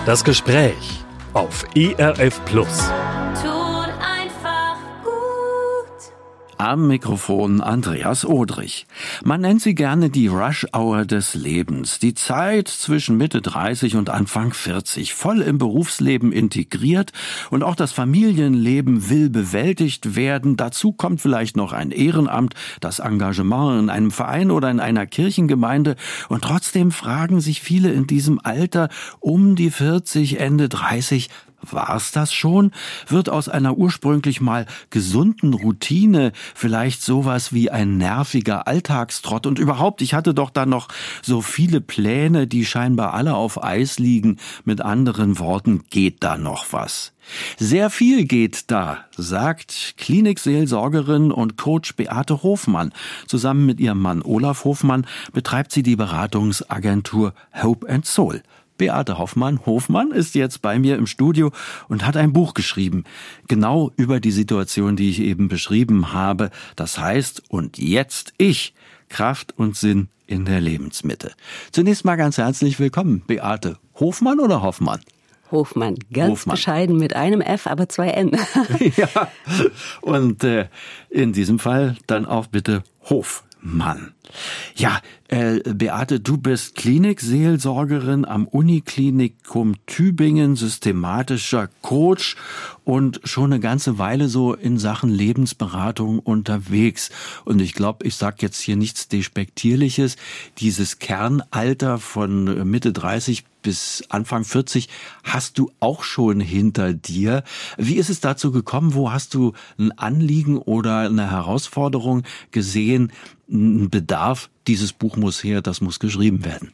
Das Gespräch auf ERF Plus. Tut einfach gut. Am Mikrofon Andreas Odrich. Man nennt sie gerne die Rush-Hour des Lebens. Die Zeit zwischen Mitte 30 und Anfang 40. Voll im Berufsleben integriert und auch das Familienleben will bewältigt werden. Dazu kommt vielleicht noch ein Ehrenamt, das Engagement in einem Verein oder in einer Kirchengemeinde. Und trotzdem fragen sich viele in diesem Alter um die 40, Ende 30, war's das schon? Wird aus einer ursprünglich mal gesunden Routine vielleicht sowas wie ein nerviger Alltagstrott? Und überhaupt, ich hatte doch da noch so viele Pläne, die scheinbar alle auf Eis liegen. Mit anderen Worten, geht da noch was? Sehr viel geht da, sagt Klinikseelsorgerin und Coach Beate Hofmann. Zusammen mit ihrem Mann Olaf Hofmann betreibt sie die Beratungsagentur Hope and Soul. Beate Hofmann ist jetzt bei mir im Studio und hat ein Buch geschrieben, genau über die Situation, die ich eben beschrieben habe. Das heißt, und jetzt ich, Kraft und Sinn in der Lebensmitte. Zunächst mal ganz herzlich willkommen, Beate. Hofmann oder Hoffmann? Hofmann, ganz bescheiden mit einem F, aber 2 N. Ja, und in diesem Fall dann auch bitte Hofmann. Ja, Beate, du bist Klinikseelsorgerin am Uniklinikum Tübingen, systematischer Coach und schon eine ganze Weile so in Sachen Lebensberatung unterwegs. Und ich glaube, ich sage jetzt hier nichts Despektierliches. Dieses Kernalter von Mitte 30 bis Anfang 40 hast du auch schon hinter dir. Wie ist es dazu gekommen? Wo hast du ein Anliegen oder eine Herausforderung gesehen, einen Bedarf? Dieses Buch muss her, das muss geschrieben werden.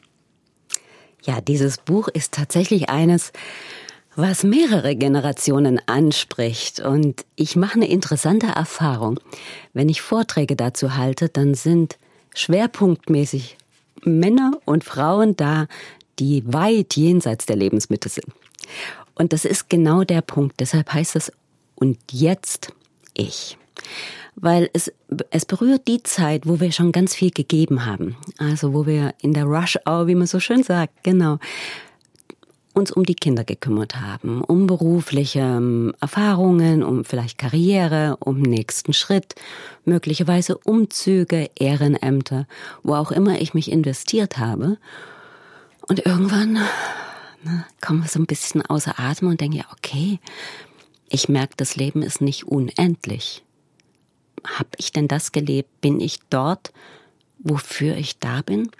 Ja, dieses Buch ist tatsächlich eines, was mehrere Generationen anspricht. Und ich mache eine interessante Erfahrung. Wenn ich Vorträge dazu halte, dann sind schwerpunktmäßig Männer und Frauen da, die weit jenseits der Lebensmitte sind. Und das ist genau der Punkt. Deshalb heißt es, und jetzt ich. Weil es berührt die Zeit, wo wir schon ganz viel gegeben haben. Also wo wir in der Rush-Hour, wie man so schön sagt, genau, uns um die Kinder gekümmert haben, um berufliche Erfahrungen, um vielleicht Karriere, um nächsten Schritt, möglicherweise Umzüge, Ehrenämter, wo auch immer ich mich investiert habe. Und irgendwann komme ich so ein bisschen außer Atem und denke, ja, okay, ich merke, das Leben ist nicht unendlich. Habe ich denn das gelebt? Bin ich dort, wofür ich da bin?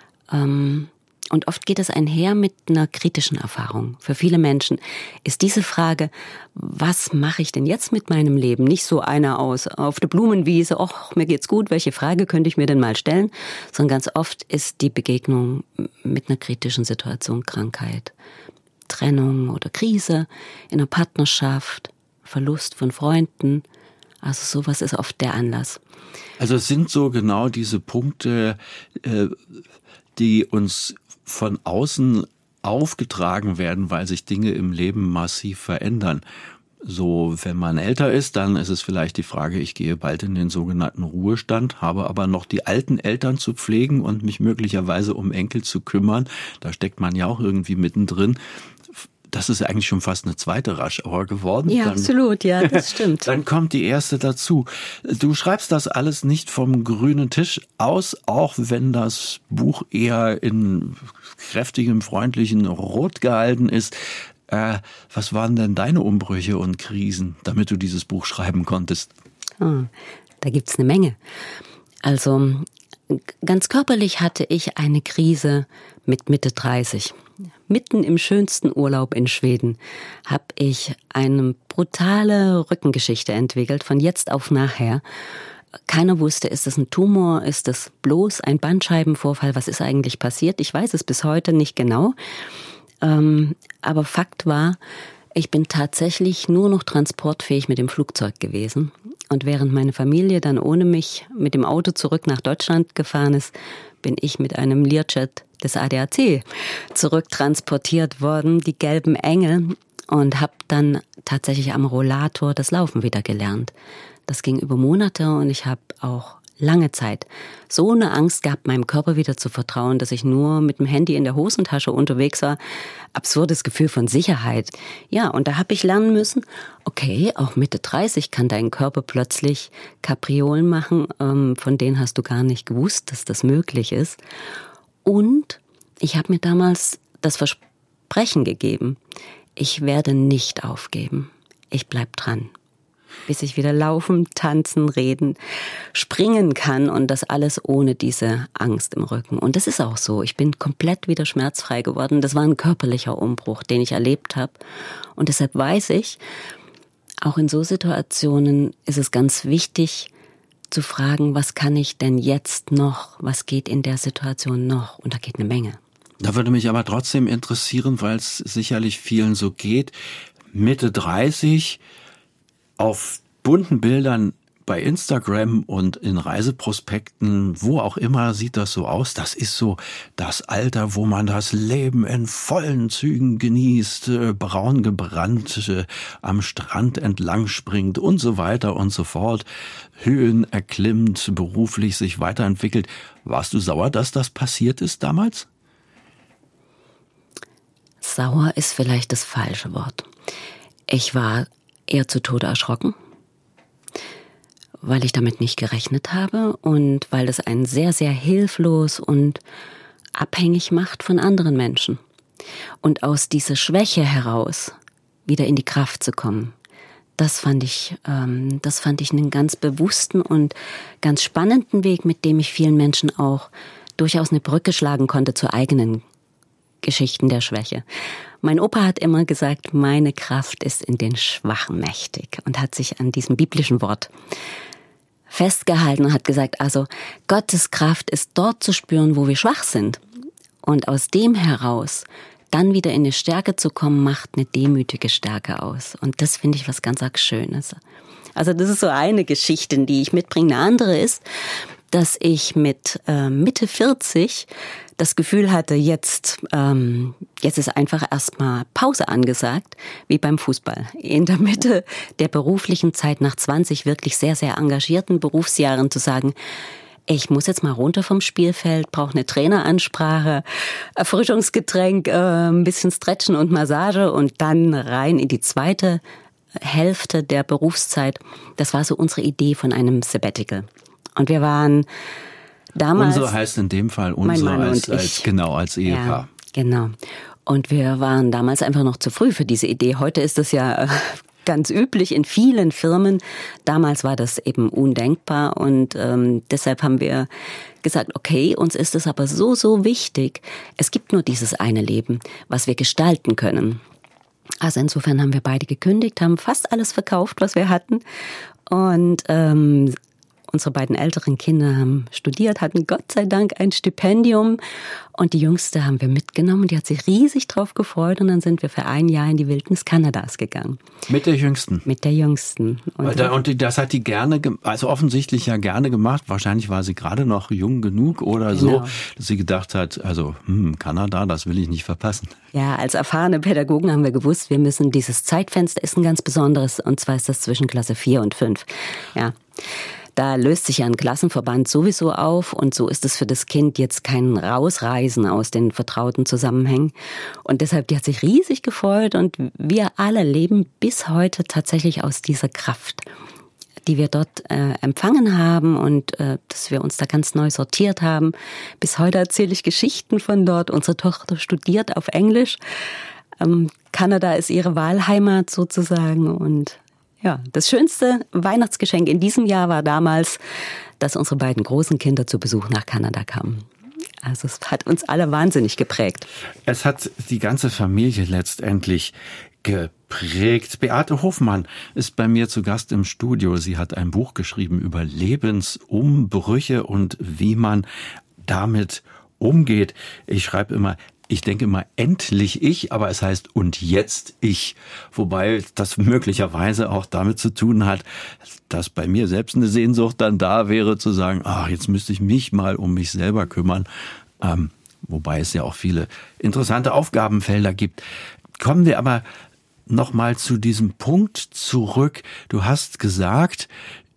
Und oft geht es einher mit einer kritischen Erfahrung. Für viele Menschen ist diese Frage, was mache ich denn jetzt mit meinem Leben? Nicht so einer aus auf der Blumenwiese, ach, mir geht's gut, welche Frage könnte ich mir denn mal stellen? Sondern ganz oft ist die Begegnung mit einer kritischen Situation Krankheit, Trennung oder Krise in einer Partnerschaft, Verlust von Freunden. Also sowas ist oft der Anlass. Also es sind so genau diese Punkte, die uns von außen aufgetragen werden, weil sich Dinge im Leben massiv verändern. So, wenn man älter ist, dann ist es vielleicht die Frage, ich gehe bald in den sogenannten Ruhestand, habe aber noch die alten Eltern zu pflegen und mich möglicherweise um Enkel zu kümmern. Da steckt man ja auch irgendwie mittendrin. Das ist eigentlich schon fast eine zweite Rush-Hour geworden. Ja, absolut, ja, das stimmt. Dann kommt die erste dazu. Du schreibst das alles nicht vom grünen Tisch aus, auch wenn das Buch eher in kräftigem, freundlichen Rot gehalten ist. Was waren denn deine Umbrüche und Krisen, damit du dieses Buch schreiben konntest? Da gibt's eine Menge. Also ganz körperlich hatte ich eine Krise mit Mitte 30. Mitten im schönsten Urlaub in Schweden habe ich eine brutale Rückengeschichte entwickelt, von jetzt auf nachher. Keiner wusste, ist das ein Tumor, ist das bloß ein Bandscheibenvorfall, was ist eigentlich passiert? Ich weiß es bis heute nicht genau. Aber Fakt war, ich bin tatsächlich nur noch transportfähig mit dem Flugzeug gewesen. Und während meine Familie dann ohne mich mit dem Auto zurück nach Deutschland gefahren ist, bin ich mit einem Learjet des ADAC zurücktransportiert worden, die gelben Engel, und habe dann tatsächlich am Rollator das Laufen wieder gelernt. Das ging über Monate und ich habe auch lange Zeit so eine Angst gehabt, meinem Körper wieder zu vertrauen, dass ich nur mit dem Handy in der Hosentasche unterwegs war. Absurdes Gefühl von Sicherheit. Ja, und da habe ich lernen müssen, okay, auch Mitte 30 kann dein Körper plötzlich Kapriolen machen, von denen hast du gar nicht gewusst, dass das möglich ist. Und ich habe mir damals das Versprechen gegeben, ich werde nicht aufgeben. Ich bleib dran. Bis ich wieder laufen, tanzen, reden, springen kann und das alles ohne diese Angst im Rücken. Und das ist auch so. Ich bin komplett wieder schmerzfrei geworden. Das war ein körperlicher Umbruch, den ich erlebt habe. Und deshalb weiß ich, auch in so Situationen ist es ganz wichtig zu fragen, was kann ich denn jetzt noch? Was geht in der Situation noch? Und da geht eine Menge. Da würde mich aber trotzdem interessieren, weil es sicherlich vielen so geht, Mitte 30 auf bunten Bildern bei Instagram und in Reiseprospekten, wo auch immer, sieht das so aus. Das ist so das Alter, wo man das Leben in vollen Zügen genießt, braun gebrannt, am Strand entlang springt und so weiter und so fort. Höhen erklimmt, beruflich sich weiterentwickelt. Warst du sauer, dass das passiert ist damals? Sauer ist vielleicht das falsche Wort. Ich war eher zu Tode erschrocken, weil ich damit nicht gerechnet habe und weil das einen sehr, sehr hilflos und abhängig macht von anderen Menschen. Und aus dieser Schwäche heraus wieder in die Kraft zu kommen, das fand ich einen ganz bewussten und ganz spannenden Weg, mit dem ich vielen Menschen auch durchaus eine Brücke schlagen konnte zu eigenen Geschichten der Schwäche. Mein Opa hat immer gesagt, meine Kraft ist in den Schwachen mächtig und hat sich an diesem biblischen Wort festgehalten und hat gesagt, also Gottes Kraft ist dort zu spüren, wo wir schwach sind. Und aus dem heraus dann wieder in eine Stärke zu kommen, macht eine demütige Stärke aus. Und das finde ich was ganz arg Schönes. Also das ist so eine Geschichte, die ich mitbringe. Eine andere ist, dass ich mit Mitte 40 das Gefühl hatte, jetzt ist einfach erstmal Pause angesagt, wie beim Fußball. In der Mitte der beruflichen Zeit nach 20 wirklich sehr, sehr engagierten Berufsjahren zu sagen, ich muss jetzt mal runter vom Spielfeld, brauche eine Traineransprache, Erfrischungsgetränk, ein bisschen Stretchen und Massage und dann rein in die zweite Hälfte der Berufszeit. Das war so unsere Idee von einem Sabbatical. Und wir waren damals... Unsere heißt in dem Fall unsere als Ehepaar. Ja, genau. Und wir waren damals einfach noch zu früh für diese Idee. Heute ist das ja ganz üblich in vielen Firmen. Damals war das eben undenkbar und deshalb haben wir gesagt, okay, uns ist es aber so, so wichtig. Es gibt nur dieses eine Leben, was wir gestalten können. Also insofern haben wir beide gekündigt, haben fast alles verkauft, was wir hatten und unsere beiden älteren Kinder haben studiert, hatten Gott sei Dank ein Stipendium und die Jüngste haben wir mitgenommen. Die hat sich riesig drauf gefreut und dann sind wir für ein Jahr in die Wildnis Kanadas gegangen. Mit der Jüngsten? Mit der Jüngsten. Und das hat die gerne, also offensichtlich ja gerne gemacht. Wahrscheinlich war sie gerade noch jung genug oder so, dass sie gedacht hat, also Kanada, das will ich nicht verpassen. Ja, als erfahrene Pädagogen haben wir gewusst, wir müssen dieses Zeitfenster ist ein ganz besonderes und zwar ist das zwischen Klasse 4 und 5. Ja. Da löst sich ja ein Klassenverband sowieso auf und so ist es für das Kind jetzt kein Rausreisen aus den vertrauten Zusammenhängen. Und deshalb, die hat sich riesig gefreut und wir alle leben bis heute tatsächlich aus dieser Kraft, die wir dort empfangen haben und dass wir uns da ganz neu sortiert haben. Bis heute erzähle ich Geschichten von dort. Unsere Tochter studiert auf Englisch. Kanada ist ihre Wahlheimat sozusagen und ja, das schönste Weihnachtsgeschenk in diesem Jahr war damals, dass unsere beiden großen Kinder zu Besuch nach Kanada kamen. Also es hat uns alle wahnsinnig geprägt. Es hat die ganze Familie letztendlich geprägt. Beate Hofmann ist bei mir zu Gast im Studio. Sie hat ein Buch geschrieben über Lebensumbrüche und wie man damit umgeht. Ich denke immer, endlich ich, aber es heißt und jetzt ich. Wobei das möglicherweise auch damit zu tun hat, dass bei mir selbst eine Sehnsucht dann da wäre, zu sagen, jetzt müsste ich mich mal um mich selber kümmern. Wobei es ja auch viele interessante Aufgabenfelder gibt. Kommen wir aber noch mal zu diesem Punkt zurück. Du hast gesagt,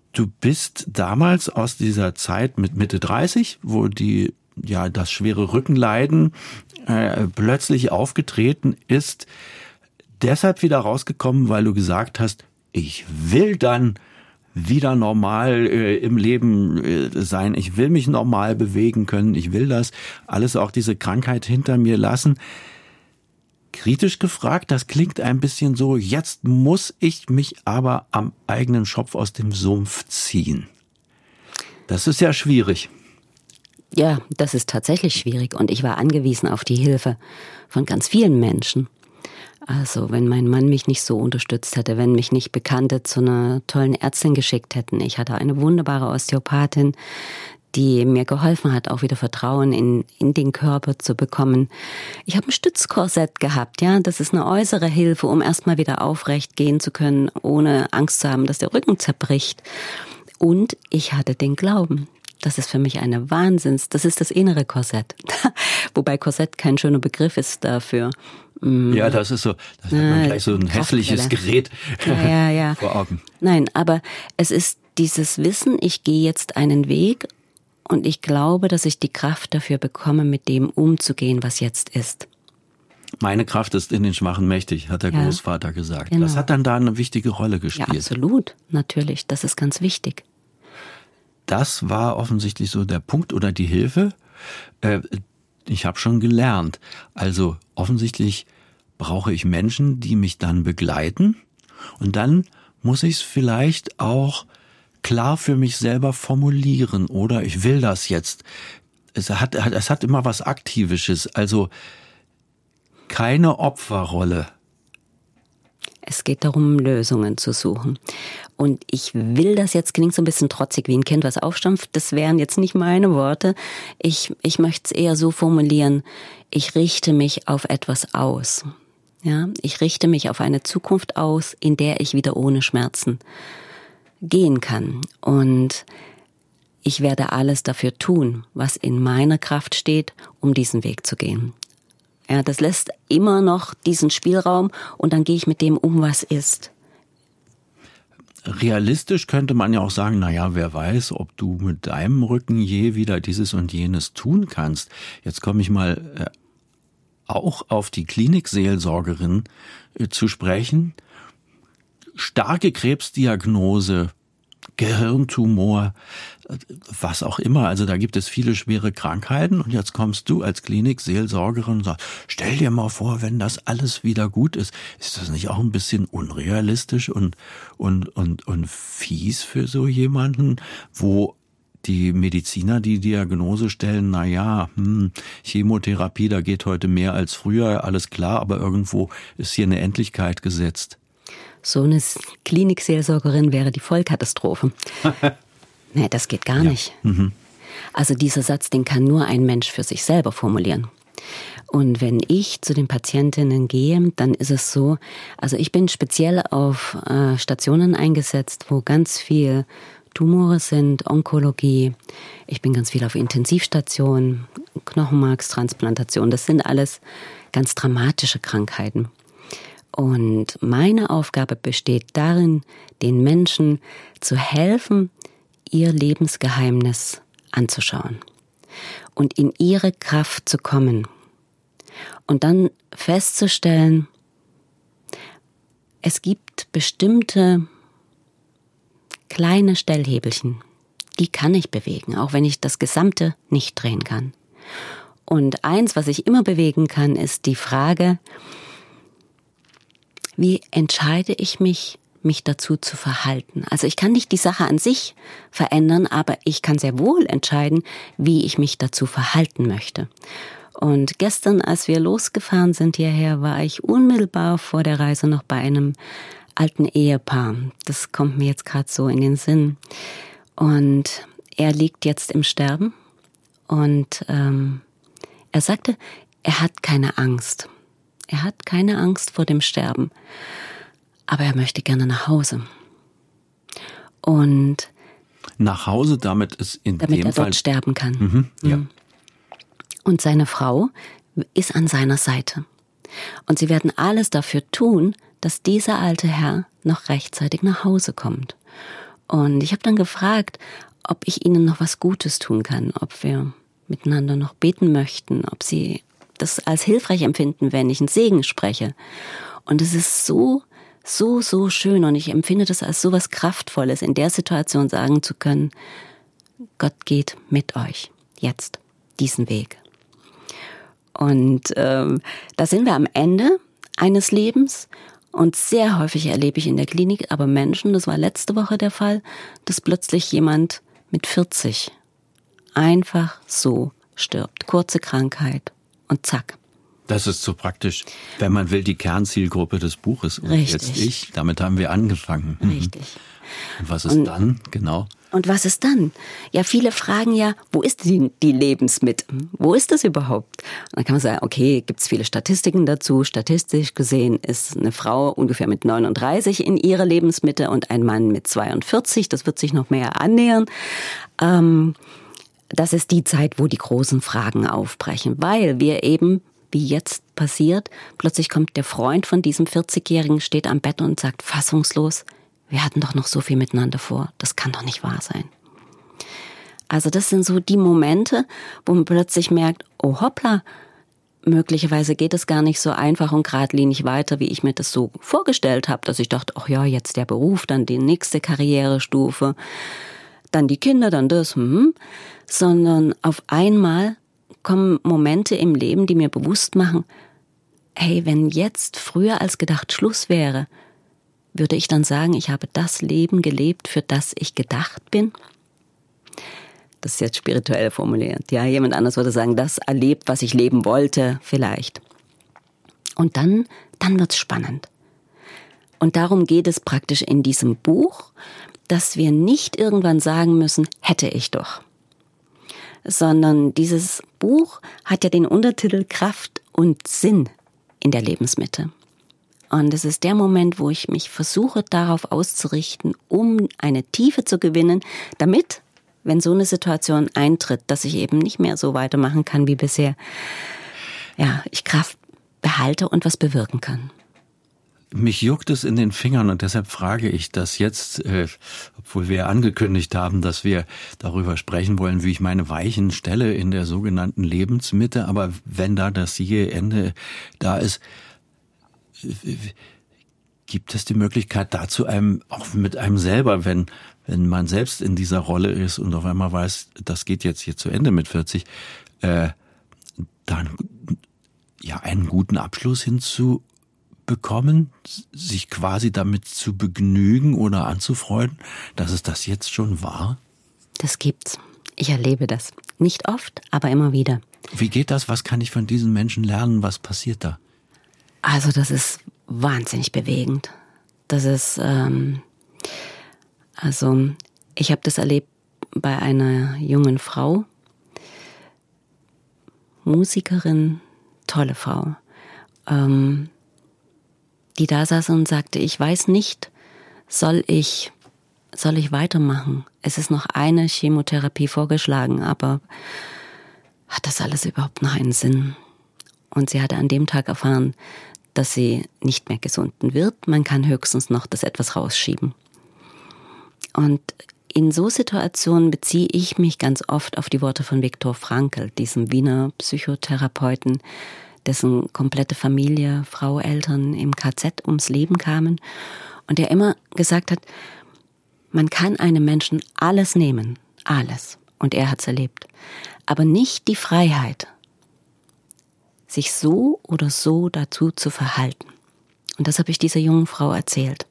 Du bist damals aus dieser Zeit mit Mitte 30, wo das schwere Rückenleiden plötzlich aufgetreten ist, deshalb wieder rausgekommen, weil du gesagt hast, ich will dann wieder normal im Leben sein, ich will mich normal bewegen können, ich will das alles, auch diese Krankheit hinter mir lassen. Kritisch gefragt, das klingt ein bisschen so, jetzt muss ich mich aber am eigenen Schopf aus dem Sumpf ziehen. Das ist ja schwierig. Ja, das ist tatsächlich schwierig und ich war angewiesen auf die Hilfe von ganz vielen Menschen. Also wenn mein Mann mich nicht so unterstützt hätte, wenn mich nicht Bekannte zu einer tollen Ärztin geschickt hätten. Ich hatte eine wunderbare Osteopathin, die mir geholfen hat, auch wieder Vertrauen in den Körper zu bekommen. Ich habe ein Stützkorsett gehabt, ja, das ist eine äußere Hilfe, um erstmal wieder aufrecht gehen zu können, ohne Angst zu haben, dass der Rücken zerbricht. Und ich hatte den Glauben. Das ist für mich das ist das innere Korsett. Wobei Korsett kein schöner Begriff ist dafür. Ja, das ist so, da hat man gleich so ein hässliches Gerät ja. vor Augen. Nein, aber es ist dieses Wissen, ich gehe jetzt einen Weg und ich glaube, dass ich die Kraft dafür bekomme, mit dem umzugehen, was jetzt ist. Meine Kraft ist in den Schwachen mächtig, hat der Großvater gesagt. Genau. Das hat dann da eine wichtige Rolle gespielt. Ja, absolut, natürlich, das ist ganz wichtig. Das war offensichtlich so der Punkt oder die Hilfe. Ich habe schon gelernt. Also offensichtlich brauche ich Menschen, die mich dann begleiten. Und dann muss ich es vielleicht auch klar für mich selber formulieren. Oder ich will das jetzt. Es hat immer was Aktivisches. Also keine Opferrolle. Es geht darum, Lösungen zu suchen. Und ich will das jetzt, klingt so ein bisschen trotzig wie ein Kind, was aufstampft. Das wären jetzt nicht meine Worte. Ich möchte es eher so formulieren, ich richte mich auf etwas aus. Ja, ich richte mich auf eine Zukunft aus, in der ich wieder ohne Schmerzen gehen kann. Und ich werde alles dafür tun, was in meiner Kraft steht, um diesen Weg zu gehen. Ja, das lässt immer noch diesen Spielraum und dann gehe ich mit dem um, was ist. Realistisch könnte man ja auch sagen, naja, wer weiß, ob du mit deinem Rücken je wieder dieses und jenes tun kannst. Jetzt komme ich mal auch auf die Klinikseelsorgerin zu sprechen. Starke Krebsdiagnose, Gehirntumor, was auch immer. Also da gibt es viele schwere Krankheiten und jetzt kommst du als Klinikseelsorgerin und sagst, stell dir mal vor, wenn das alles wieder gut ist. Ist das nicht auch ein bisschen unrealistisch und fies für so jemanden, wo die Mediziner die Diagnose stellen, Chemotherapie, da geht heute mehr als früher, alles klar, aber irgendwo ist hier eine Endlichkeit gesetzt. So eine Klinikseelsorgerin wäre die Vollkatastrophe. Nee, das geht gar nicht. Mhm. Also dieser Satz, den kann nur ein Mensch für sich selber formulieren. Und wenn ich zu den Patientinnen gehe, dann ist es so, also ich bin speziell auf Stationen eingesetzt, wo ganz viel Tumore sind, Onkologie. Ich bin ganz viel auf Intensivstationen, Knochenmarkstransplantation. Das sind alles ganz dramatische Krankheiten. Und meine Aufgabe besteht darin, den Menschen zu helfen, ihr Lebensgeheimnis anzuschauen und in ihre Kraft zu kommen. Und dann festzustellen, es gibt bestimmte kleine Stellhebelchen, die kann ich bewegen, auch wenn ich das Gesamte nicht drehen kann. Und eins, was ich immer bewegen kann, ist die Frage, wie entscheide ich mich dazu zu verhalten? Also ich kann nicht die Sache an sich verändern, aber ich kann sehr wohl entscheiden, wie ich mich dazu verhalten möchte. Und gestern, als wir losgefahren sind hierher, war ich unmittelbar vor der Reise noch bei einem alten Ehepaar. Das kommt mir jetzt gerade so in den Sinn. Und er liegt jetzt im Sterben und er sagte, er hat keine Angst. Er hat keine Angst vor dem Sterben, aber er möchte gerne nach Hause. Und nach Hause, damit er dort sterben kann. Ja. Und seine Frau ist an seiner Seite. Und sie werden alles dafür tun, dass dieser alte Herr noch rechtzeitig nach Hause kommt. Und ich habe dann gefragt, ob ich ihnen noch was Gutes tun kann, ob wir miteinander noch beten möchten, ob sie das als hilfreich empfinden, wenn ich einen Segen spreche. Und es ist so schön und ich empfinde das als so was Kraftvolles, in der Situation sagen zu können, Gott geht mit euch jetzt diesen Weg. Und da sind wir am Ende eines Lebens und sehr häufig erlebe ich in der Klinik aber Menschen, das war letzte Woche der Fall, dass plötzlich jemand mit 40 einfach so stirbt. Kurze Krankheit und zack. Das ist so praktisch, wenn man will, die Kernzielgruppe des Buches. Und Richtig. jetzt damit haben wir angefangen. Richtig. Und was ist dann? Genau. Und was ist dann? Ja, viele fragen ja, wo ist die Lebensmitte? Wo ist das überhaupt? Und dann kann man sagen, okay, gibt's viele Statistiken dazu. Statistisch gesehen ist eine Frau ungefähr mit 39 in ihrer Lebensmitte und ein Mann mit 42. Das wird sich noch mehr annähern. Das ist die Zeit, wo die großen Fragen aufbrechen, weil wir eben, wie jetzt passiert, plötzlich kommt der Freund von diesem 40-Jährigen, steht am Bett und sagt fassungslos, wir hatten doch noch so viel miteinander vor, das kann doch nicht wahr sein. Also das sind so die Momente, wo man plötzlich merkt, oh hoppla, möglicherweise geht es gar nicht so einfach und geradlinig weiter, wie ich mir das so vorgestellt habe, dass ich dachte, ach ja, jetzt der Beruf, dann die nächste Karrierestufe, dann die Kinder, dann das, sondern auf einmal kommen Momente im Leben, die mir bewusst machen, hey, wenn jetzt früher als gedacht Schluss wäre, würde ich dann sagen, ich habe das Leben gelebt, für das ich gedacht bin? Das ist jetzt spirituell formuliert. Ja, jemand anderes würde sagen, das erlebt, was ich leben wollte, vielleicht. Und dann wird's spannend. Und darum geht es praktisch in diesem Buch, dass wir nicht irgendwann sagen müssen, hätte ich doch. Sondern dieses Buch hat ja den Untertitel Kraft und Sinn in der Lebensmitte. Und es ist der Moment, wo ich mich versuche, darauf auszurichten, um eine Tiefe zu gewinnen, damit, wenn so eine Situation eintritt, dass ich eben nicht mehr so weitermachen kann wie bisher, ja, ich Kraft behalte und was bewirken kann. Mich juckt es in den Fingern und deshalb frage ich das jetzt, obwohl wir angekündigt haben, dass wir darüber sprechen wollen, wie ich meine Weichen stelle in der sogenannten Lebensmitte. Aber wenn da das siehe Ende da ist, gibt es die Möglichkeit dazu einem, auch mit einem selber, wenn man selbst in dieser Rolle ist und auf einmal weiß, das geht jetzt hier zu Ende mit 40, dann ja einen guten Abschluss hinzubekommen, sich quasi damit zu begnügen oder anzufreunden, dass es das jetzt schon war? Das gibt's. Ich erlebe das. Nicht oft, aber immer wieder. Wie geht das? Was kann ich von diesen Menschen lernen? Was passiert da? Also das ist wahnsinnig bewegend. Das ist, ich habe das erlebt bei einer jungen Frau, Musikerin, tolle Frau, die da saß und sagte, ich weiß nicht, soll ich weitermachen? Es ist noch eine Chemotherapie vorgeschlagen, aber hat das alles überhaupt noch einen Sinn? Und sie hatte an dem Tag erfahren, dass sie nicht mehr gesunden wird. Man kann höchstens noch das etwas rausschieben. Und in so Situationen beziehe ich mich ganz oft auf die Worte von Viktor Frankl, diesem Wiener Psychotherapeuten, dessen komplette Familie, Frau, Eltern im KZ ums Leben kamen und der immer gesagt hat, man kann einem Menschen alles nehmen, alles. Und er hat's erlebt. Aber nicht die Freiheit, sich so oder so dazu zu verhalten. Und das habe ich dieser jungen Frau erzählt.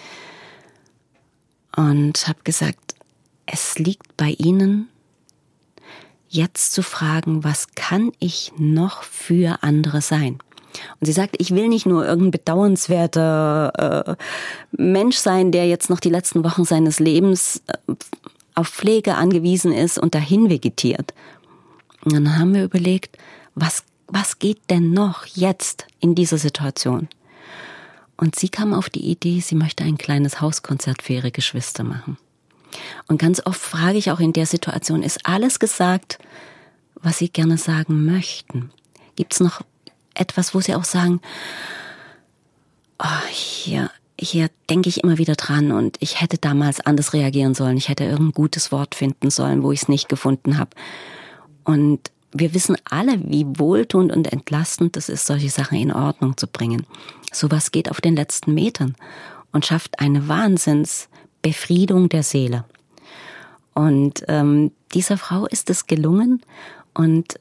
Und habe gesagt, es liegt bei Ihnen, jetzt zu fragen, was kann ich noch für andere sein? Und sie sagt, ich will nicht nur irgendein bedauernswerter Mensch sein, der jetzt noch die letzten Wochen seines Lebens auf Pflege angewiesen ist und dahin vegetiert. Und dann haben wir überlegt, was geht denn noch jetzt in dieser Situation? Und sie kam auf die Idee, sie möchte ein kleines Hauskonzert für ihre Geschwister machen. Und ganz oft frage ich auch in der Situation, ist alles gesagt, was Sie gerne sagen möchten? Gibt es noch etwas, wo Sie auch sagen, oh, hier, hier denke ich immer wieder dran und ich hätte damals anders reagieren sollen. Ich hätte irgendein gutes Wort finden sollen, wo ich es nicht gefunden habe. Und wir wissen alle, wie wohltuend und entlastend es ist, solche Sachen in Ordnung zu bringen. Sowas geht auf den letzten Metern und schafft eine Wahnsinnsbefriedung der Seele. Und dieser Frau ist es gelungen. Und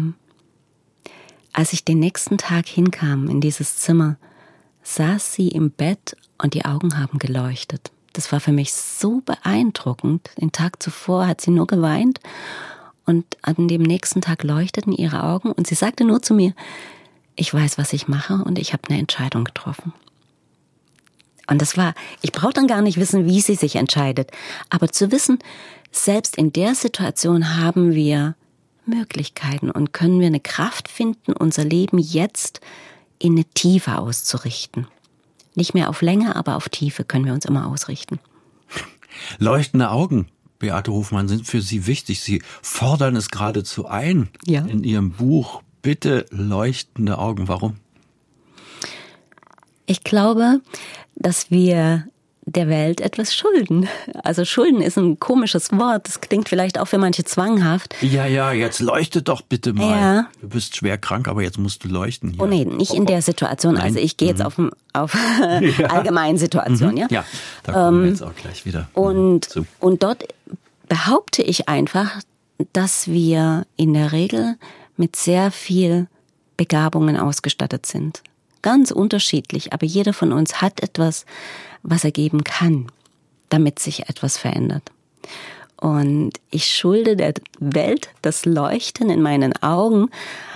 als ich den nächsten Tag hinkam in dieses Zimmer, saß sie im Bett und die Augen haben geleuchtet. Das war für mich so beeindruckend. Den Tag zuvor hat sie nur geweint und an dem nächsten Tag leuchteten ihre Augen und sie sagte nur zu mir, ich weiß, was ich mache und ich habe eine Entscheidung getroffen. Und ich brauche dann gar nicht wissen, wie sie sich entscheidet, aber zu wissen, selbst in der Situation haben wir Möglichkeiten und können wir eine Kraft finden, unser Leben jetzt in eine Tiefe auszurichten. Nicht mehr auf Länge, aber auf Tiefe können wir uns immer ausrichten. Leuchtende Augen, Beate Hofmann, sind für Sie wichtig. Sie fordern es geradezu ein in Ihrem Buch. Bitte leuchtende Augen. Warum? Ich glaube, dass wir der Welt etwas schulden. Also Schulden ist ein komisches Wort. Das klingt vielleicht auch für manche zwanghaft. Ja, jetzt leuchte doch bitte mal. Ja. Du bist schwer krank, aber jetzt musst du leuchten hier. Oh nee, nicht in der Situation. Nein. Also ich gehe jetzt auf allgemeine Situation. Ja, da kommen wir jetzt auch gleich wieder und dort behaupte ich einfach, dass wir in der Regel mit sehr viel Begabungen ausgestattet sind. Ganz unterschiedlich, aber jeder von uns hat etwas, was er geben kann, damit sich etwas verändert. Und ich schulde der Welt das Leuchten in meinen Augen,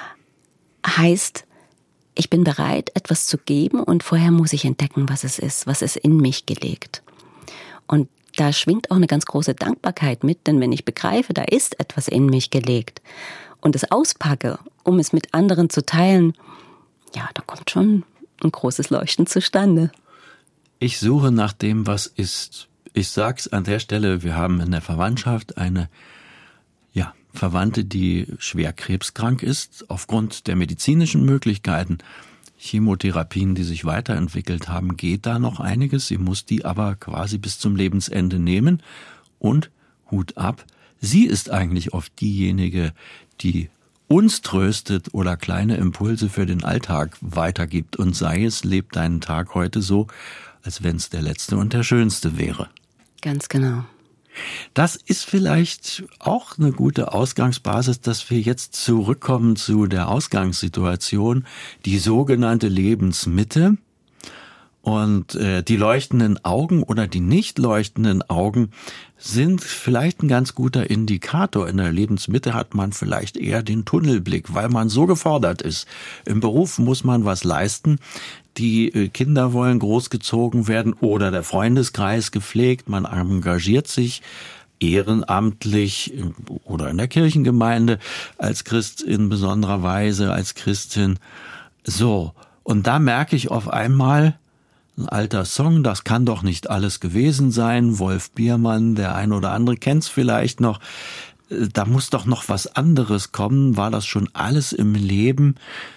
heißt, ich bin bereit, etwas zu geben und vorher muss ich entdecken, was es ist, was ist in mich gelegt. Und da schwingt auch eine ganz große Dankbarkeit mit, denn wenn ich begreife, da ist etwas in mich gelegt und es auspacke, um es mit anderen zu teilen, ja, da kommt schon ein großes Leuchten zustande. Ich suche nach dem, was ist. Ich sag's an der Stelle, wir haben in der Verwandtschaft eine Verwandte, die schwer krebskrank ist, aufgrund der medizinischen Möglichkeiten. Chemotherapien, die sich weiterentwickelt haben, geht da noch einiges. Sie muss die aber quasi bis zum Lebensende nehmen. Und Hut ab, sie ist eigentlich oft diejenige, die uns tröstet oder kleine Impulse für den Alltag weitergibt. Und sei es, lebt deinen Tag heute so, als wenn es der letzte und der schönste wäre. Ganz genau. Das ist vielleicht auch eine gute Ausgangsbasis, dass wir jetzt zurückkommen zu der Ausgangssituation, die sogenannte Lebensmitte. Und die leuchtenden Augen oder die nicht leuchtenden Augen sind vielleicht ein ganz guter Indikator. In der Lebensmitte hat man vielleicht eher den Tunnelblick, weil man so gefordert ist. Im Beruf muss man was leisten. Die Kinder wollen großgezogen werden oder der Freundeskreis gepflegt. Man engagiert sich ehrenamtlich oder in der Kirchengemeinde als Christ in besonderer Weise, als Christin. So, und da merke ich auf einmal, ein alter Song, das kann doch nicht alles gewesen sein. Wolf Biermann, der ein oder andere kennt's vielleicht noch. Da muss doch noch was anderes kommen. War das schon alles im Leben?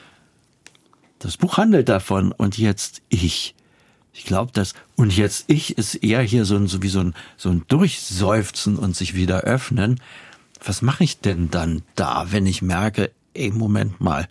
Das Buch handelt davon. Und jetzt ich. Ich glaube, das und jetzt ich ist eher hier so ein Durchseufzen und sich wieder öffnen. Was mache ich denn dann da, wenn ich merke, Moment mal,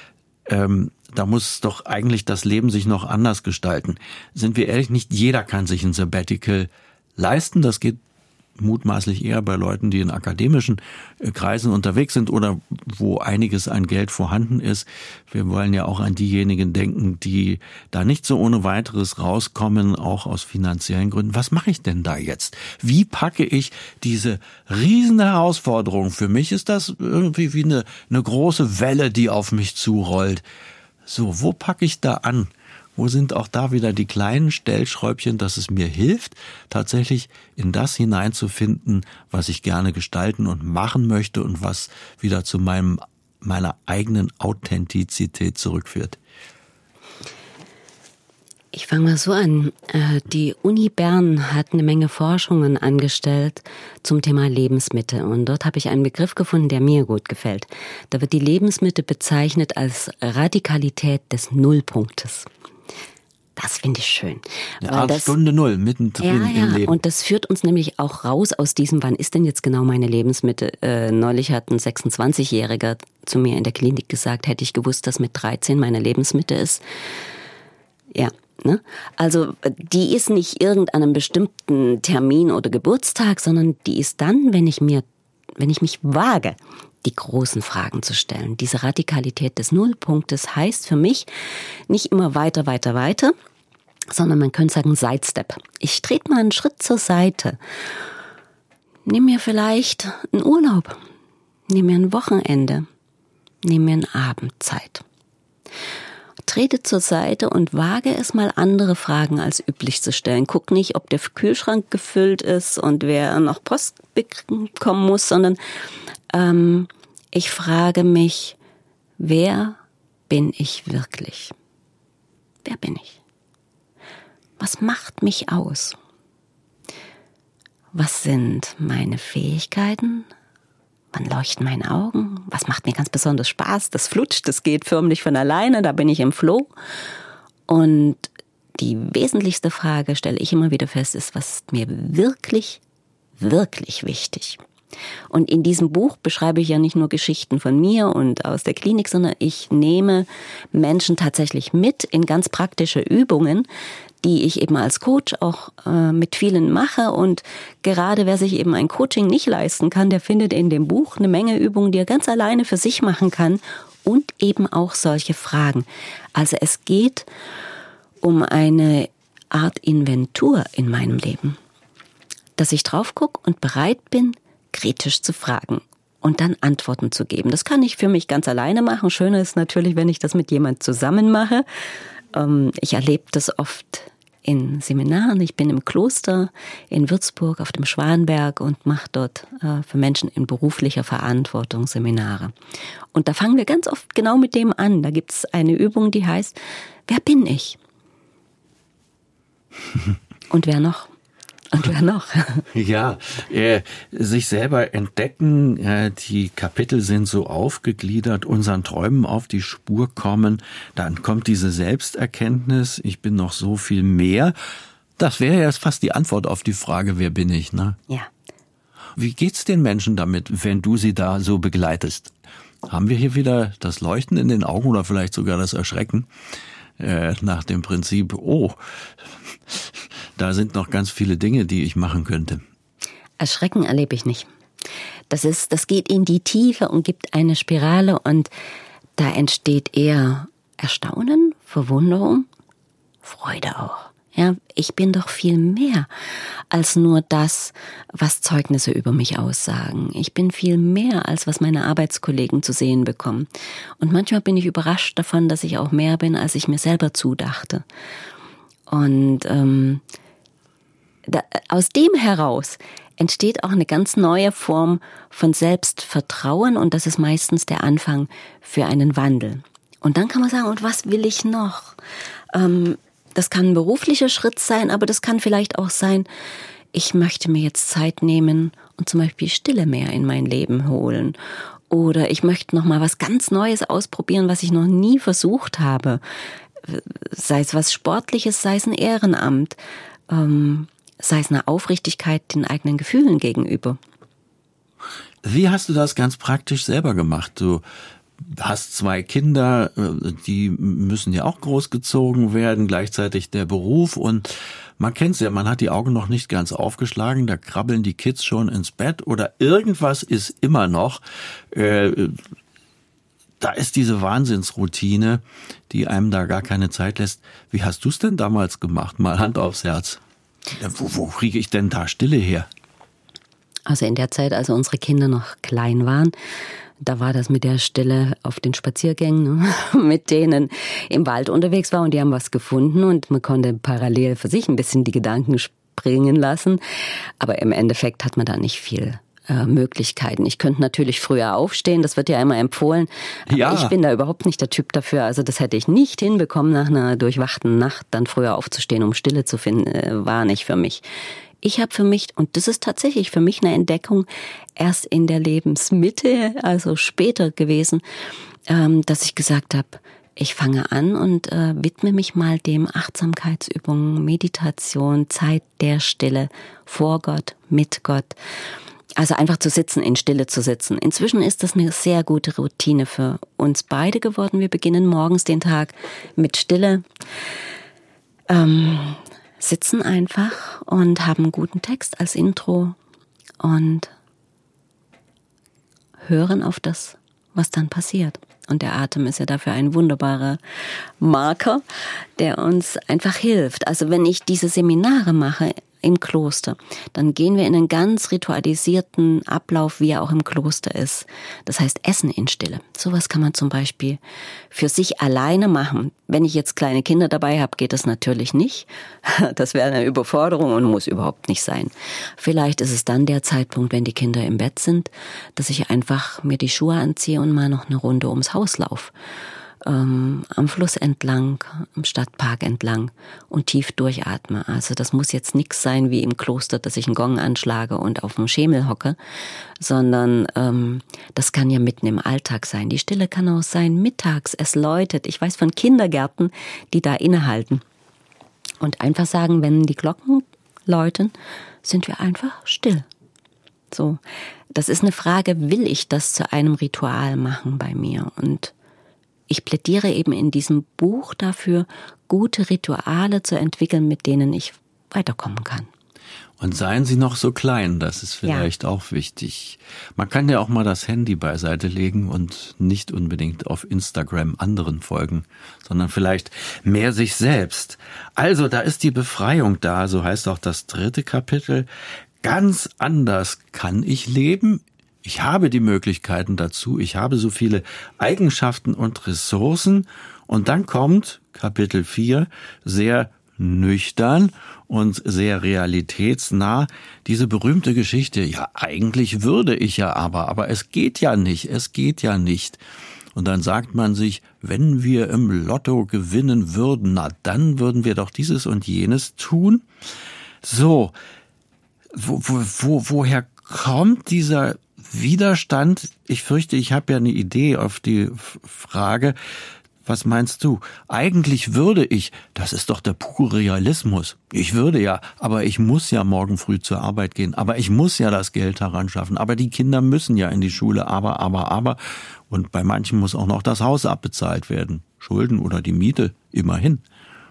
da muss doch eigentlich das Leben sich noch anders gestalten. Sind wir ehrlich, nicht jeder kann sich ein Sabbatical leisten. Das geht mutmaßlich eher bei Leuten, die in akademischen Kreisen unterwegs sind oder wo einiges an Geld vorhanden ist. Wir wollen ja auch an diejenigen denken, die da nicht so ohne weiteres rauskommen, auch aus finanziellen Gründen. Was mache ich denn da jetzt? Wie packe ich diese riesen Herausforderung? Für mich ist das irgendwie wie eine große Welle, die auf mich zurollt. So, wo packe ich da an? Wo sind auch da wieder die kleinen Stellschräubchen, dass es mir hilft, tatsächlich in das hineinzufinden, was ich gerne gestalten und machen möchte und was wieder zu meiner eigenen Authentizität zurückführt? Ich fange mal so an. Die Uni Bern hat eine Menge Forschungen angestellt zum Thema Lebensmitte. Und dort habe ich einen Begriff gefunden, der mir gut gefällt. Da wird die Lebensmitte bezeichnet als Radikalität des Nullpunktes. Das finde ich schön. Ja, Stunde Null, mittendrin im Leben. Und das führt uns nämlich auch raus aus diesem, wann ist denn jetzt genau meine Lebensmitte? Neulich hat ein 26-Jähriger zu mir in der Klinik gesagt, hätte ich gewusst, dass mit 13 meine Lebensmitte ist. Ja, ne? Also die ist nicht irgendeinem bestimmten Termin oder Geburtstag, sondern die ist dann, wenn ich mich wage, die großen Fragen zu stellen. Diese Radikalität des Nullpunktes heißt für mich nicht immer weiter, weiter, weiter, sondern man könnte sagen Sidestep. Ich trete mal einen Schritt zur Seite. Nimm mir vielleicht einen Urlaub. Nimm mir ein Wochenende. Nimm mir eine Abendzeit. Trete zur Seite und wage es mal, andere Fragen als üblich zu stellen. Guck nicht, ob der Kühlschrank gefüllt ist und wer noch Post bekommen muss, sondern ich frage mich, wer bin ich wirklich? Wer bin ich? Was macht mich aus? Was sind meine Fähigkeiten? Wann leuchten meine Augen? Was macht mir ganz besonders Spaß? Das flutscht, das geht förmlich von alleine, da bin ich im Flow. Und die wesentlichste Frage, stelle ich immer wieder fest, ist, was ist mir wirklich, wirklich wichtig? Und in diesem Buch beschreibe ich ja nicht nur Geschichten von mir und aus der Klinik, sondern ich nehme Menschen tatsächlich mit in ganz praktische Übungen, die ich eben als Coach auch mit vielen mache. Und gerade wer sich eben ein Coaching nicht leisten kann, der findet in dem Buch eine Menge Übungen, die er ganz alleine für sich machen kann und eben auch solche Fragen. Also es geht um eine Art Inventur in meinem Leben, dass ich drauf gucke und bereit bin, kritisch zu fragen und dann Antworten zu geben. Das kann ich für mich ganz alleine machen. Schöner ist natürlich, wenn ich das mit jemand zusammen mache. Ich erlebe das oft in Seminaren. Ich bin im Kloster in Würzburg auf dem Schwanberg und mache dort für Menschen in beruflicher Verantwortung Seminare. Und da fangen wir ganz oft genau mit dem an. Da gibt es eine Übung, die heißt, wer bin ich? Und wer noch? Und wer noch? Ja, sich selber entdecken, die Kapitel sind so aufgegliedert, unseren Träumen auf die Spur kommen, dann kommt diese Selbsterkenntnis, ich bin noch so viel mehr. Das wäre jetzt fast die Antwort auf die Frage, wer bin ich, ne? Ja. Wie geht's den Menschen damit, wenn du sie da so begleitest? Haben wir hier wieder das Leuchten in den Augen oder vielleicht sogar das Erschrecken? Nach dem Prinzip, da sind noch ganz viele Dinge, die ich machen könnte. Erschrecken erlebe ich nicht. Das geht in die Tiefe und gibt eine Spirale und da entsteht eher Erstaunen, Verwunderung, Freude auch. Ja, ich bin doch viel mehr als nur das, was Zeugnisse über mich aussagen. Ich bin viel mehr als was meine Arbeitskollegen zu sehen bekommen. Und manchmal bin ich überrascht davon, dass ich auch mehr bin, als ich mir selber zudachte. Und aus dem heraus entsteht auch eine ganz neue Form von Selbstvertrauen und das ist meistens der Anfang für einen Wandel. Und dann kann man sagen, und was will ich noch? Das kann ein beruflicher Schritt sein, aber das kann vielleicht auch sein, ich möchte mir jetzt Zeit nehmen und zum Beispiel Stille mehr in mein Leben holen. Oder ich möchte noch mal was ganz Neues ausprobieren, was ich noch nie versucht habe. Sei es was Sportliches, sei es ein Ehrenamt, sei es eine Aufrichtigkeit den eigenen Gefühlen gegenüber. Wie hast du das ganz praktisch selber gemacht? Du hast 2 Kinder, die müssen ja auch großgezogen werden, gleichzeitig der Beruf und man kennt's ja, man hat die Augen noch nicht ganz aufgeschlagen, da krabbeln die Kids schon ins Bett oder irgendwas ist immer noch. Da ist diese Wahnsinnsroutine, die einem da gar keine Zeit lässt. Wie hast du's denn damals gemacht? Mal Hand aufs Herz. Wo kriege ich denn da Stille her? Also in der Zeit, als unsere Kinder noch klein waren, da war das mit der Stille auf den Spaziergängen, ne, mit denen im Wald unterwegs war und die haben was gefunden und man konnte parallel für sich ein bisschen die Gedanken springen lassen. Aber im Endeffekt hat man da nicht viel Möglichkeiten. Ich könnte natürlich früher aufstehen, das wird ja immer empfohlen, aber ja. Ich bin da überhaupt nicht der Typ dafür. Also das hätte ich nicht hinbekommen, nach einer durchwachten Nacht dann früher aufzustehen, um Stille zu finden, war nicht für mich. Ich habe für mich, und das ist tatsächlich für mich eine Entdeckung, erst in der Lebensmitte, also später gewesen, dass ich gesagt habe, ich fange an und widme mich mal dem Achtsamkeitsübungen, Meditation, Zeit der Stille, vor Gott, mit Gott. Also einfach zu sitzen, in Stille zu sitzen. Inzwischen ist das eine sehr gute Routine für uns beide geworden. Wir beginnen morgens den Tag mit Stille, sitzen einfach und haben einen guten Text als Intro und hören auf das, was dann passiert. Und der Atem ist ja dafür ein wunderbarer Marker, der uns einfach hilft. Also wenn ich diese Seminare mache im Kloster, dann gehen wir in einen ganz ritualisierten Ablauf, wie er auch im Kloster ist. Das heißt Essen in Stille. Sowas kann man zum Beispiel für sich alleine machen. Wenn ich jetzt kleine Kinder dabei habe, geht das natürlich nicht. Das wäre eine Überforderung und muss überhaupt nicht sein. Vielleicht ist es dann der Zeitpunkt, wenn die Kinder im Bett sind, dass ich einfach mir die Schuhe anziehe und mal noch eine Runde ums Haus laufe. Am Fluss entlang, am Stadtpark entlang und tief durchatme. Also das muss jetzt nichts sein wie im Kloster, dass ich einen Gong anschlage und auf dem Schemel hocke, sondern das kann ja mitten im Alltag sein. Die Stille kann auch sein mittags, es läutet. Ich weiß von Kindergärten, die da innehalten und einfach sagen, wenn die Glocken läuten, sind wir einfach still. So, das ist eine Frage, will ich das zu einem Ritual machen bei mir? Und ich plädiere eben in diesem Buch dafür, gute Rituale zu entwickeln, mit denen ich weiterkommen kann. Und seien Sie noch so klein, das ist vielleicht auch wichtig. Man kann ja auch mal das Handy beiseite legen und nicht unbedingt auf Instagram anderen folgen, sondern vielleicht mehr sich selbst. Also da ist die Befreiung da, so heißt auch das 3. Kapitel. Ganz anders kann ich leben. Ich habe die Möglichkeiten dazu, ich habe so viele Eigenschaften und Ressourcen. Und dann kommt Kapitel 4 sehr nüchtern und sehr realitätsnah diese berühmte Geschichte. Ja, eigentlich würde ich ja aber es geht ja nicht. Und dann sagt man sich, wenn wir im Lotto gewinnen würden, na dann würden wir doch dieses und jenes tun. So, woher kommt dieser Widerstand? Ich fürchte, ich habe ja eine Idee auf die Frage. Was meinst du? Eigentlich würde ich, das ist doch der pure Realismus. Ich würde ja, aber ich muss ja morgen früh zur Arbeit gehen, aber ich muss ja das Geld heranschaffen, aber die Kinder müssen ja in die Schule, aber. Und bei manchen muss auch noch das Haus abbezahlt werden. Schulden oder die Miete, immerhin.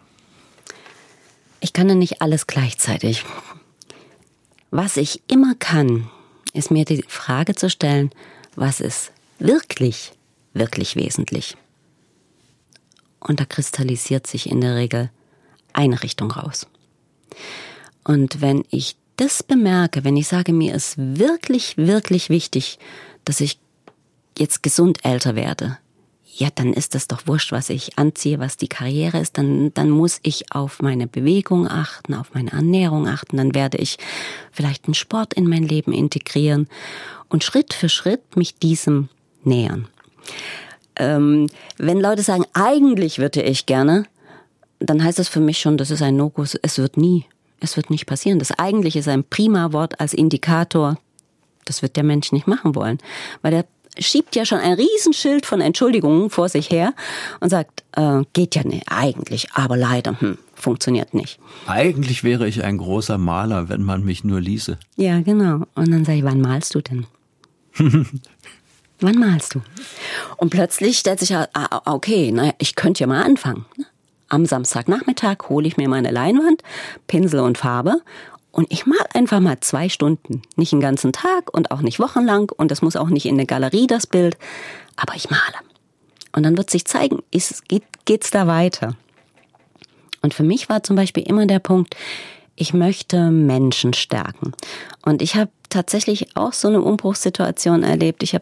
Ich kann ja nicht alles gleichzeitig. Was ich immer kann, ist mir die Frage zu stellen, was ist wirklich, wirklich wesentlich? Und da kristallisiert sich in der Regel eine Richtung raus. Und wenn ich das bemerke, wenn ich sage, mir ist wirklich, wirklich wichtig, dass ich jetzt gesund älter werde, ja, dann ist das doch wurscht, was ich anziehe, was die Karriere ist. Dann muss ich auf meine Bewegung achten, auf meine Ernährung achten. Dann werde ich vielleicht einen Sport in mein Leben integrieren und Schritt für Schritt mich diesem nähern. Wenn Leute sagen, eigentlich würde ich gerne, dann heißt das für mich schon, das ist ein No-Go. Es wird nicht passieren. Das eigentlich ist ein prima Wort als Indikator. Das wird der Mensch nicht machen wollen, weil der schiebt ja schon ein Riesenschild von Entschuldigungen vor sich her und sagt, geht ja nicht, eigentlich, aber leider, funktioniert nicht. Eigentlich wäre ich ein großer Maler, wenn man mich nur ließe. Ja, genau. Und dann sage ich, wann malst du denn? Wann malst du? Und plötzlich stellt sich okay, naja, ich könnte ja mal anfangen. Am Samstagnachmittag hole ich mir meine Leinwand, Pinsel und Farbe und ich mal einfach mal 2 Stunden. Nicht einen ganzen Tag und auch nicht wochenlang und das muss auch nicht in eine Galerie, das Bild. Aber ich male. Und dann wird sich zeigen, geht's da weiter. Und für mich war zum Beispiel immer der Punkt, ich möchte Menschen stärken. Und ich habe tatsächlich auch so eine Umbruchssituation erlebt. Ich habe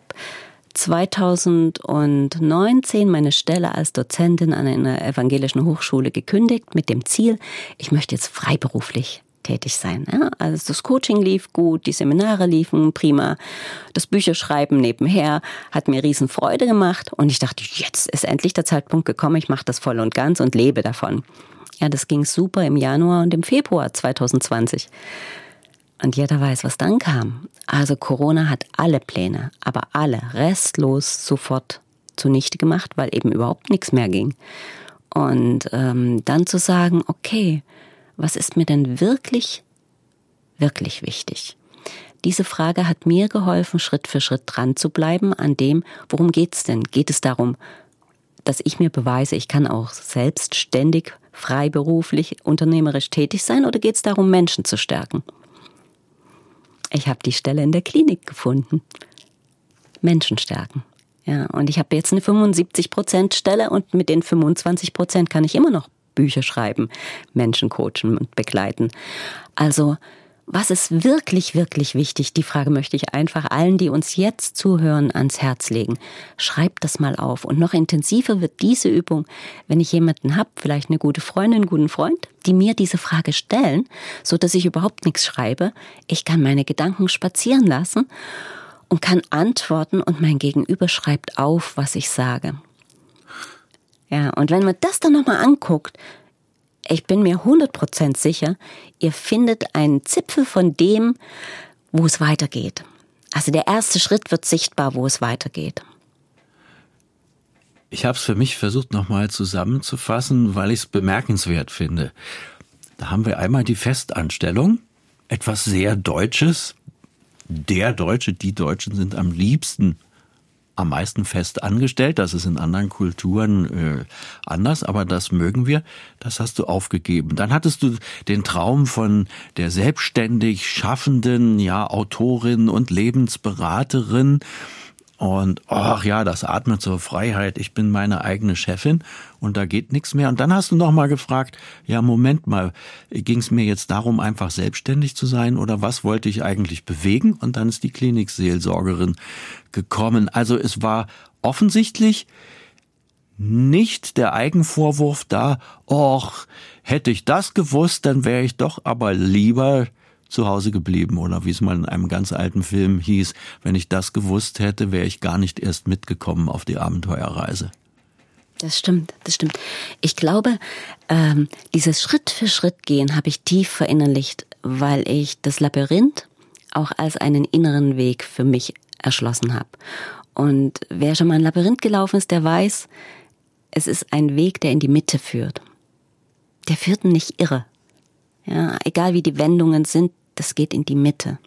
2019 meine Stelle als Dozentin an einer evangelischen Hochschule gekündigt mit dem Ziel, ich möchte jetzt freiberuflich tätig sein. Ja, also das Coaching lief gut, die Seminare liefen prima, das Bücherschreiben nebenher hat mir riesen Freude gemacht und ich dachte, jetzt ist endlich der Zeitpunkt gekommen, ich mache das voll und ganz und lebe davon. Ja, das ging super im Januar und im Februar 2020. Und jeder weiß, was dann kam. Also Corona hat alle Pläne, aber alle restlos sofort zunichte gemacht, weil eben überhaupt nichts mehr ging. Und dann zu sagen, okay, was ist mir denn wirklich, wirklich wichtig? Diese Frage hat mir geholfen, Schritt für Schritt dran zu bleiben an dem, worum geht's denn? Geht es darum, dass ich mir beweise, ich kann auch selbstständig, freiberuflich, unternehmerisch tätig sein, oder geht es darum, Menschen zu stärken? Ich habe die Stelle in der Klinik gefunden. Menschen stärken. Ja, und ich habe jetzt eine 75% Stelle und mit den 25% kann ich immer noch Bücher schreiben, Menschen coachen und begleiten. Also, was ist wirklich, wirklich wichtig? Die Frage möchte ich einfach allen, die uns jetzt zuhören, ans Herz legen. Schreibt das mal auf. Und noch intensiver wird diese Übung, wenn ich jemanden habe, vielleicht eine gute Freundin, einen guten Freund, die mir diese Frage stellen, so dass ich überhaupt nichts schreibe. Ich kann meine Gedanken spazieren lassen und kann antworten und mein Gegenüber schreibt auf, was ich sage. Ja, und wenn man das dann nochmal anguckt, ich bin mir 100% sicher, ihr findet einen Zipfel von dem, wo es weitergeht. Also der erste Schritt wird sichtbar, wo es weitergeht. Ich habe es für mich versucht nochmal zusammenzufassen, weil ich es bemerkenswert finde. Da haben wir einmal die Festanstellung, etwas sehr Deutsches. Der Deutsche, die Deutschen sind am meisten fest angestellt. Das ist in anderen Kulturen anders, aber das mögen wir. Das hast du aufgegeben. Dann hattest du den Traum von der selbstständig schaffenden, ja, Autorin und Lebensberaterin. Und ach ja, das atmet zur Freiheit. Ich bin meine eigene Chefin und da geht nichts mehr. Und dann hast du noch mal gefragt, ja, Moment mal, ging es mir jetzt darum, einfach selbstständig zu sein oder was wollte ich eigentlich bewegen? Und dann ist die Klinikseelsorgerin gekommen. Also es war offensichtlich nicht der Eigenvorwurf da, och, hätte ich das gewusst, dann wäre ich doch aber lieber zu Hause geblieben, oder wie es mal in einem ganz alten Film hieß, wenn ich das gewusst hätte, wäre ich gar nicht erst mitgekommen auf die Abenteuerreise. Das stimmt. Ich glaube, dieses Schritt für Schritt gehen habe ich tief verinnerlicht, weil ich das Labyrinth auch als einen inneren Weg für mich erschlossen habe. Und wer schon mal ein Labyrinth gelaufen ist, der weiß, es ist ein Weg, der in die Mitte führt. Der führt nicht irre. Ja, egal wie die Wendungen sind, das geht in die Mitte.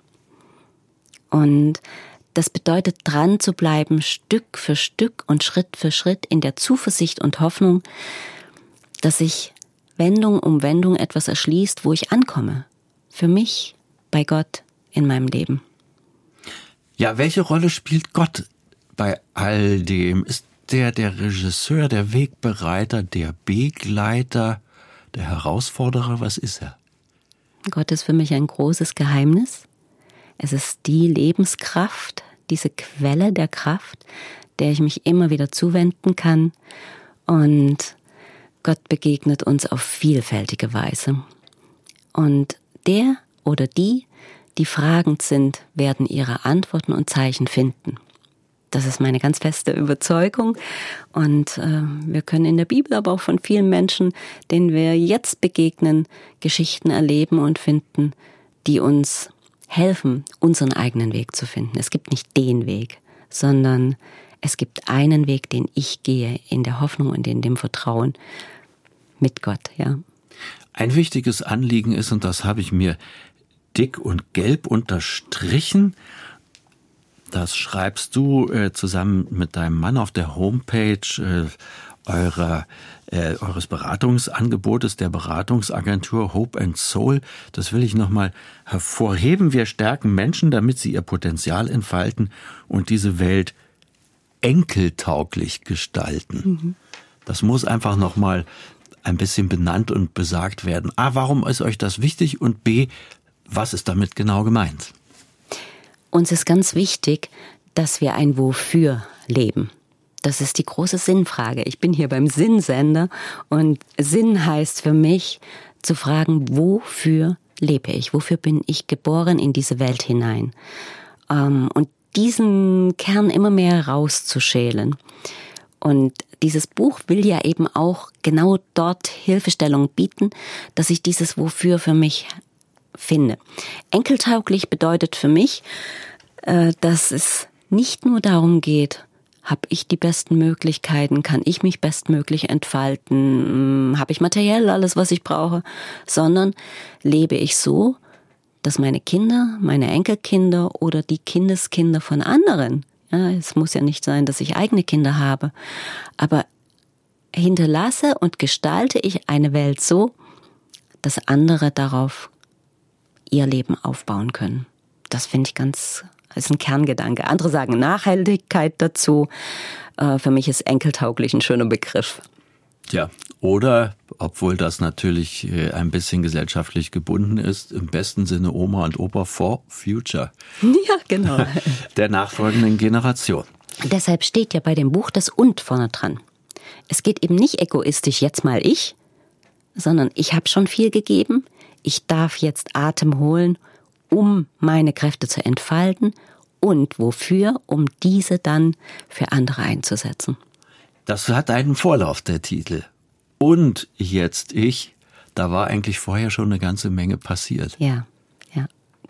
Und das bedeutet, dran zu bleiben, Stück für Stück und Schritt für Schritt in der Zuversicht und Hoffnung, dass sich Wendung um Wendung etwas erschließt, wo ich ankomme. Für mich, bei Gott, in meinem Leben. Ja, welche Rolle spielt Gott bei all dem? Ist der Regisseur, der Wegbereiter, der Begleiter, der Herausforderer? Was ist er? Gott ist für mich ein großes Geheimnis. Es ist die Lebenskraft, diese Quelle der Kraft, der ich mich immer wieder zuwenden kann. Und Gott begegnet uns auf vielfältige Weise. Und der oder die fragend sind, werden ihre Antworten und Zeichen finden. Das ist meine ganz feste Überzeugung. Und wir können in der Bibel, aber auch von vielen Menschen, denen wir jetzt begegnen, Geschichten erleben und finden, die uns helfen, unseren eigenen Weg zu finden. Es gibt nicht den Weg, sondern es gibt einen Weg, den ich gehe, in der Hoffnung und in dem Vertrauen mit Gott, ja. Ein wichtiges Anliegen ist, und das habe ich mir dick und gelb unterstrichen, das schreibst du zusammen mit deinem Mann auf der Homepage eures Beratungsangebotes, der Beratungsagentur Hope and Soul. Das will ich nochmal hervorheben. Wir stärken Menschen, damit sie ihr Potenzial entfalten und diese Welt enkeltauglich gestalten. Mhm. Das muss einfach nochmal ein bisschen benannt und besagt werden. A, warum ist euch das wichtig? Und B, was ist damit genau gemeint? Uns ist ganz wichtig, dass wir ein Wofür leben. Das ist die große Sinnfrage. Ich bin hier beim Sinnsender und Sinn heißt für mich zu fragen, wofür lebe ich? Wofür bin ich geboren in diese Welt hinein? Und diesen Kern immer mehr rauszuschälen. Und dieses Buch will ja eben auch genau dort Hilfestellung bieten, dass ich dieses Wofür für mich finde. Enkeltauglich bedeutet für mich, dass es nicht nur darum geht, Habe ich die besten Möglichkeiten? Kann ich mich bestmöglich entfalten? Habe ich materiell alles, was ich brauche? Sondern lebe ich so, dass meine Kinder, meine Enkelkinder oder die Kindeskinder von anderen, ja, es muss ja nicht sein, dass ich eigene Kinder habe, aber hinterlasse und gestalte ich eine Welt so, dass andere darauf ihr Leben aufbauen können. Das finde ich ist ein Kerngedanke. Andere sagen Nachhaltigkeit dazu. Für mich ist enkeltauglich ein schöner Begriff. Ja, oder, obwohl das natürlich ein bisschen gesellschaftlich gebunden ist, im besten Sinne Oma und Opa for Future. Ja, genau. Der nachfolgenden Generation. Deshalb steht ja bei dem Buch das Und vorne dran. Es geht eben nicht egoistisch, jetzt mal ich, sondern ich habe schon viel gegeben. Ich darf jetzt Atem holen, um meine Kräfte zu entfalten. Und wofür? Um diese dann für andere einzusetzen. Das hat einen Vorlauf, der Titel. Und jetzt ich, da war eigentlich vorher schon eine ganze Menge passiert. Ja, ja.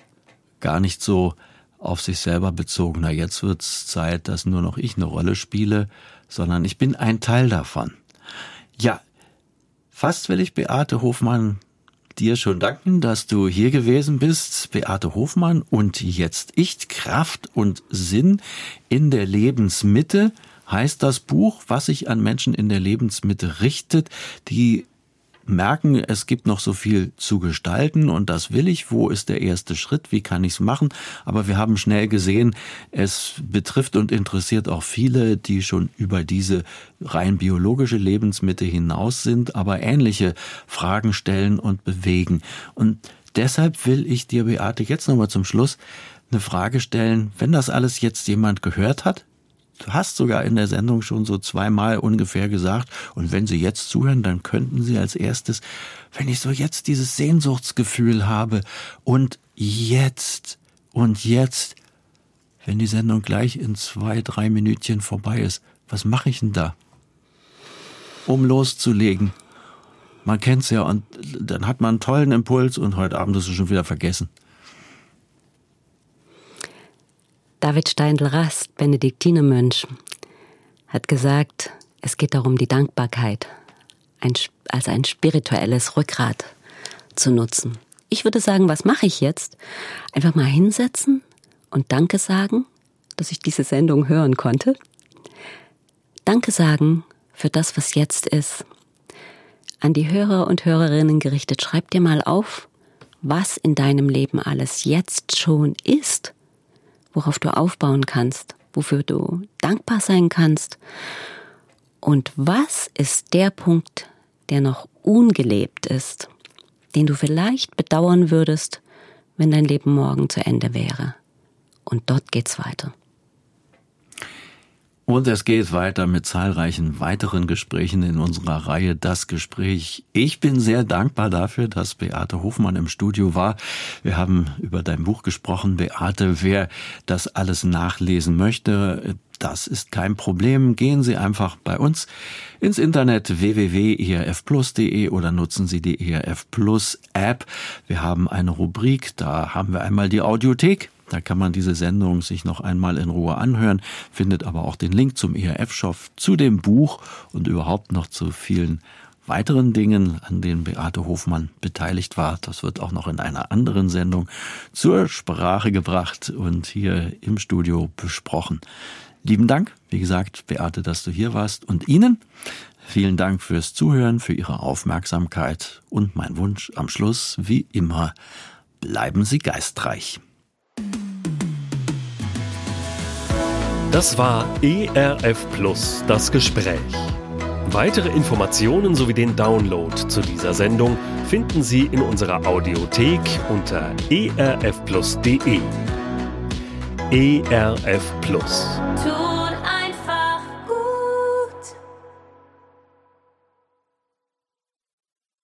Gar nicht so auf sich selber bezogen. Na, jetzt wird's Zeit, dass nur noch ich eine Rolle spiele, sondern ich bin ein Teil davon. Ja, fast will ich Beate Hofmann dir schon danken, dass du hier gewesen bist. Beate Hofmann und jetzt ich, Kraft und Sinn in der Lebensmitte heißt das Buch, was sich an Menschen in der Lebensmitte richtet, die merken, es gibt noch so viel zu gestalten und das will ich. Wo ist der erste Schritt? Wie kann ich es machen? Aber wir haben schnell gesehen, es betrifft und interessiert auch viele, die schon über diese rein biologische Lebensmitte hinaus sind, aber ähnliche Fragen stellen und bewegen. Und deshalb will ich dir, Beate, jetzt nochmal zum Schluss eine Frage stellen. Wenn das alles jetzt jemand gehört hat, du hast sogar in der Sendung schon so 2-mal ungefähr gesagt, und wenn Sie jetzt zuhören, dann könnten Sie als erstes, wenn ich so jetzt dieses Sehnsuchtsgefühl habe und jetzt, wenn die Sendung gleich in 2-3 Minütchen vorbei ist, was mache ich denn da? Um loszulegen. Man kennt's ja und dann hat man einen tollen Impuls und heute Abend ist es schon wieder vergessen. David Steindl-Rast, Benediktinermönch, hat gesagt, es geht darum, die Dankbarkeit als ein spirituelles Rückgrat zu nutzen. Ich würde sagen, was mache ich jetzt? Einfach mal hinsetzen und Danke sagen, dass ich diese Sendung hören konnte. Danke sagen für das, was jetzt ist. An die Hörer und Hörerinnen gerichtet, schreib dir mal auf, was in deinem Leben alles jetzt schon ist, worauf du aufbauen kannst, wofür du dankbar sein kannst. Und was ist der Punkt, der noch ungelebt ist, den du vielleicht bedauern würdest, wenn dein Leben morgen zu Ende wäre? Und dort geht's weiter. Und es geht weiter mit zahlreichen weiteren Gesprächen in unserer Reihe Das Gespräch. Ich bin sehr dankbar dafür, dass Beate Hofmann im Studio war. Wir haben über dein Buch gesprochen, Beate. Wer das alles nachlesen möchte, das ist kein Problem. Gehen Sie einfach bei uns ins Internet www.erfplus.de oder nutzen Sie die ERF Plus App. Wir haben eine Rubrik, da haben wir einmal die Audiothek. Da kann man diese Sendung sich noch einmal in Ruhe anhören, findet aber auch den Link zum ERF-Shop, zu dem Buch und überhaupt noch zu vielen weiteren Dingen, an denen Beate Hofmann beteiligt war. Das wird auch noch in einer anderen Sendung zur Sprache gebracht und hier im Studio besprochen. Lieben Dank, wie gesagt, Beate, dass du hier warst und Ihnen vielen Dank fürs Zuhören, für Ihre Aufmerksamkeit und mein Wunsch am Schluss, wie immer, bleiben Sie geistreich. Das war ERF Plus, das Gespräch. Weitere Informationen sowie den Download zu dieser Sendung finden Sie in unserer Audiothek unter erfplus.de. ERF Plus.